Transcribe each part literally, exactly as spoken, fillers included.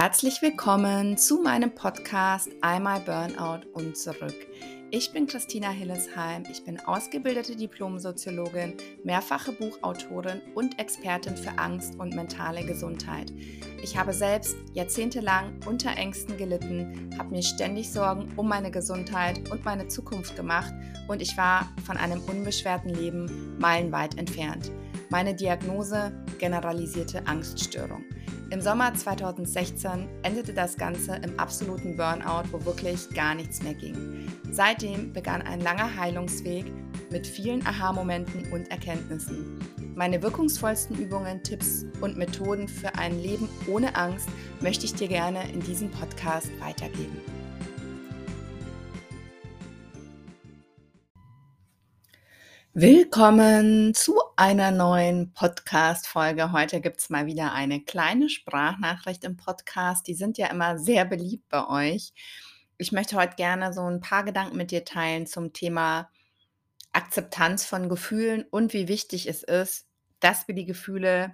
Herzlich willkommen zu meinem Podcast Einmal Burnout und zurück. Ich bin Christina Hillesheim, ich bin ausgebildete Diplom-Soziologin, mehrfache Buchautorin und Expertin für Angst und mentale Gesundheit. Ich habe selbst jahrzehntelang unter Ängsten gelitten, habe mir ständig Sorgen um meine Gesundheit und meine Zukunft gemacht und ich war von einem unbeschwerten Leben meilenweit entfernt. Meine Diagnose: generalisierte Angststörung. Im Sommer zweitausendsechzehn endete das Ganze im absoluten Burnout, wo wirklich gar nichts mehr ging. Seitdem begann ein langer Heilungsweg mit vielen Aha-Momenten und Erkenntnissen. Meine wirkungsvollsten Übungen, Tipps und Methoden für ein Leben ohne Angst möchte ich dir gerne in diesem Podcast weitergeben. Willkommen zu einer neuen Podcast-Folge. Heute gibt es mal wieder eine kleine Sprachnachricht im Podcast. Die sind ja immer sehr beliebt bei euch. Ich möchte heute gerne so ein paar Gedanken mit dir teilen zum Thema Akzeptanz von Gefühlen und wie wichtig es ist, dass wir die Gefühle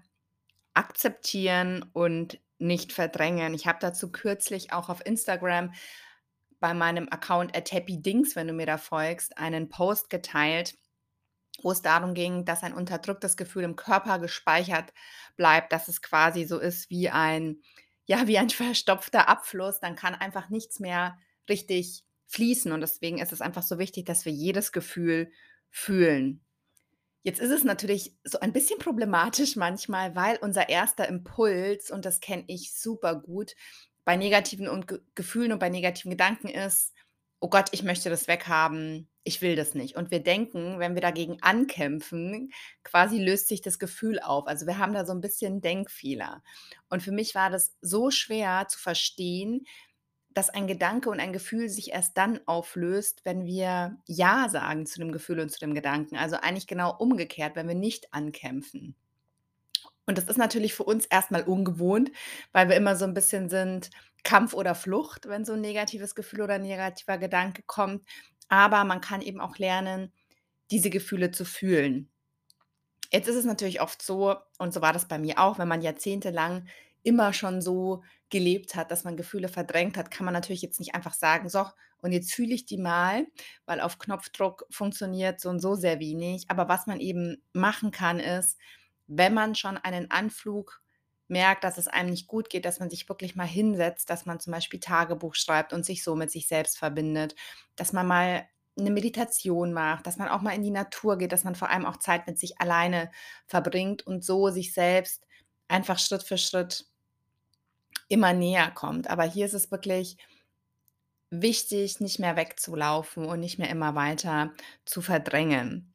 akzeptieren und nicht verdrängen. Ich habe dazu kürzlich auch auf Instagram bei meinem Account at happydings, wenn du mir da folgst, einen Post geteilt, wo es darum ging, dass ein unterdrücktes Gefühl im Körper gespeichert bleibt, dass es quasi so ist wie ein ja, wie ein verstopfter Abfluss, dann kann einfach nichts mehr richtig fließen und deswegen ist es einfach so wichtig, dass wir jedes Gefühl fühlen. Jetzt ist es natürlich so ein bisschen problematisch manchmal, weil unser erster Impuls, und das kenne ich super gut, bei negativen und Ge Gefühlen und bei negativen Gedanken ist: „Oh Gott, ich möchte das weghaben, ich will das nicht.“ Und wir denken, wenn wir dagegen ankämpfen, quasi löst sich das Gefühl auf. Also, wir haben da so ein bisschen Denkfehler. Und für mich war das so schwer zu verstehen, dass ein Gedanke und ein Gefühl sich erst dann auflöst, wenn wir „ja“ sagen zu dem Gefühl und zu dem Gedanken. Also, eigentlich genau umgekehrt, wenn wir nicht ankämpfen. Und das ist natürlich für uns erstmal ungewohnt, weil wir immer so ein bisschen sind Kampf oder Flucht, wenn so ein negatives Gefühl oder 'n negativer Gedanke kommt. Aber man kann eben auch lernen, diese Gefühle zu fühlen. Jetzt ist es natürlich oft so, und so war das bei mir auch, wenn man jahrzehntelang immer schon so gelebt hat, dass man Gefühle verdrängt hat, kann man natürlich jetzt nicht einfach sagen: „So, und jetzt fühle ich die mal“, weil auf Knopfdruck funktioniert so und so sehr wenig. Aber was man eben machen kann, ist, wenn man schon einen Anflug merkt, dass es einem nicht gut geht, dass man sich wirklich mal hinsetzt, dass man zum Beispiel Tagebuch schreibt und sich so mit sich selbst verbindet, dass man mal 'ne Meditation macht, dass man auch mal in die Natur geht, dass man vor allem auch Zeit mit sich alleine verbringt und so sich selbst einfach Schritt für Schritt immer näher kommt. Aber hier ist es wirklich wichtig, nicht mehr wegzulaufen und nicht mehr immer weiter zu verdrängen.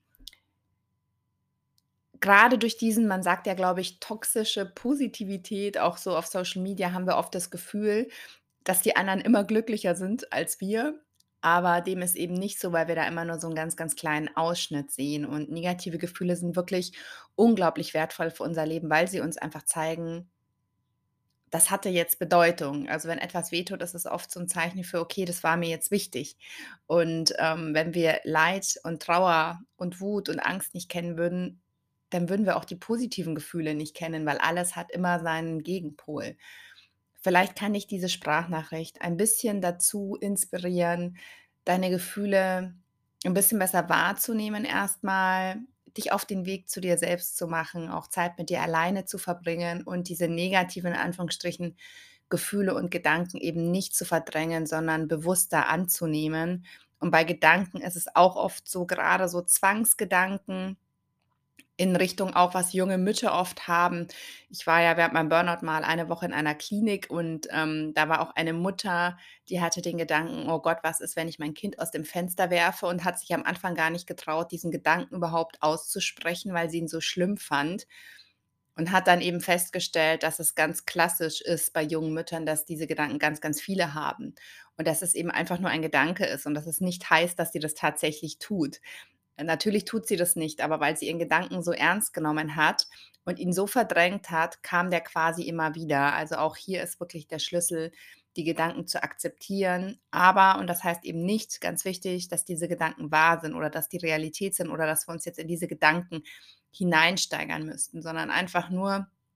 Grade durch diesen, man sagt ja, glaube ich, toxische Positivität, auch so auf Social Media, haben wir oft das Gefühl, dass die anderen immer glücklicher sind als wir, aber dem ist eben nicht so, weil wir da immer nur so 'n ganz, ganz kleinen Ausschnitt sehen. Und negative Gefühle sind wirklich unglaublich wertvoll für unser Leben, weil sie uns einfach zeigen, das hatte jetzt Bedeutung. Also, wenn etwas wehtut, ist es oft so 'n Zeichen für: „Okay, das war mir jetzt wichtig.“ Und, ähm, wenn wir Leid und Trauer und Wut und Angst nicht kennen würden, dann würden wir auch die positiven Gefühle nicht kennen, weil alles hat immer seinen Gegenpol. Vielleicht kann dich diese Sprachnachricht ein bisschen dazu inspirieren, deine Gefühle ein bisschen besser wahrzunehmen erstmal, dich auf den Weg zu dir selbst zu machen, auch Zeit mit dir alleine zu verbringen und diese negativen, in Anführungsstrichen, Gefühle und Gedanken eben nicht zu verdrängen, sondern bewusster anzunehmen. Und bei Gedanken ist es auch oft so, gerade so Zwangsgedanken in Richtung auch, was junge Mütter oft haben. Ich war ja während meinem Burnout mal eine Woche in einer Klinik und, ähm, da war auch eine Mutter, die hatte den Gedanken: „Oh Gott, was ist, wenn ich mein Kind aus dem Fenster werfe?“ Und hat sich am Anfang gar nicht getraut, diesen Gedanken überhaupt auszusprechen, weil sie ihn so schlimm fand. Und hat dann eben festgestellt, dass es ganz klassisch ist bei jungen Müttern, dass diese Gedanken ganz, ganz viele haben. Und dass es eben einfach nur ein Gedanke ist und dass es nicht heißt, dass sie das tatsächlich tut. Äh, natürlich tut sie das nicht, aber weil sie ihren Gedanken so ernst genommen hat und ihn so verdrängt hat, kam der quasi immer wieder. Also auch hier ist wirklich der Schlüssel, die Gedanken zu akzeptieren. Aber, und das heißt eben nicht, ganz wichtig, dass diese Gedanken wahr sind oder dass die Realität sind oder dass wir uns jetzt in diese Gedanken hineinsteigern müssten, sondern einfach nur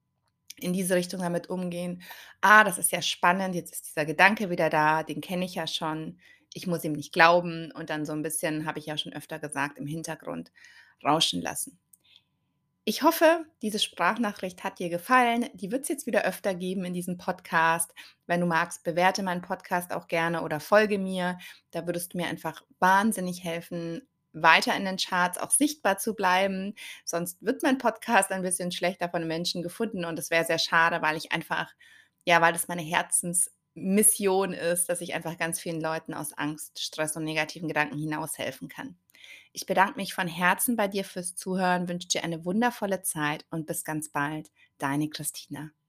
in diese Richtung damit umgehen: „Ah, das ist ja spannend, jetzt ist dieser Gedanke wieder da, den kenne ich ja schon. Ich muss ihm nicht glauben.“ Und dann so ein bisschen, habe ich ja schon öfter gesagt, im Hintergrund rauschen lassen. Ich hoffe, diese Sprachnachricht hat dir gefallen. Die wird es jetzt wieder öfter geben in diesem Podcast. Wenn du magst, bewerte meinen Podcast auch gerne oder folge mir. Da würdest du mir einfach wahnsinnig helfen, weiter in den Charts auch sichtbar zu bleiben. Sonst wird mein Podcast ein bisschen schlechter von den Menschen gefunden und das wäre sehr schade, weil ich einfach, ja, weil das meine Herzensmission ist, dass ich einfach ganz vielen Leuten aus Angst, Stress und negativen Gedanken hinaushelfen kann. Ich bedanke mich von Herzen bei dir fürs Zuhören, wünsche dir eine wundervolle Zeit und bis ganz bald. Deine Christina.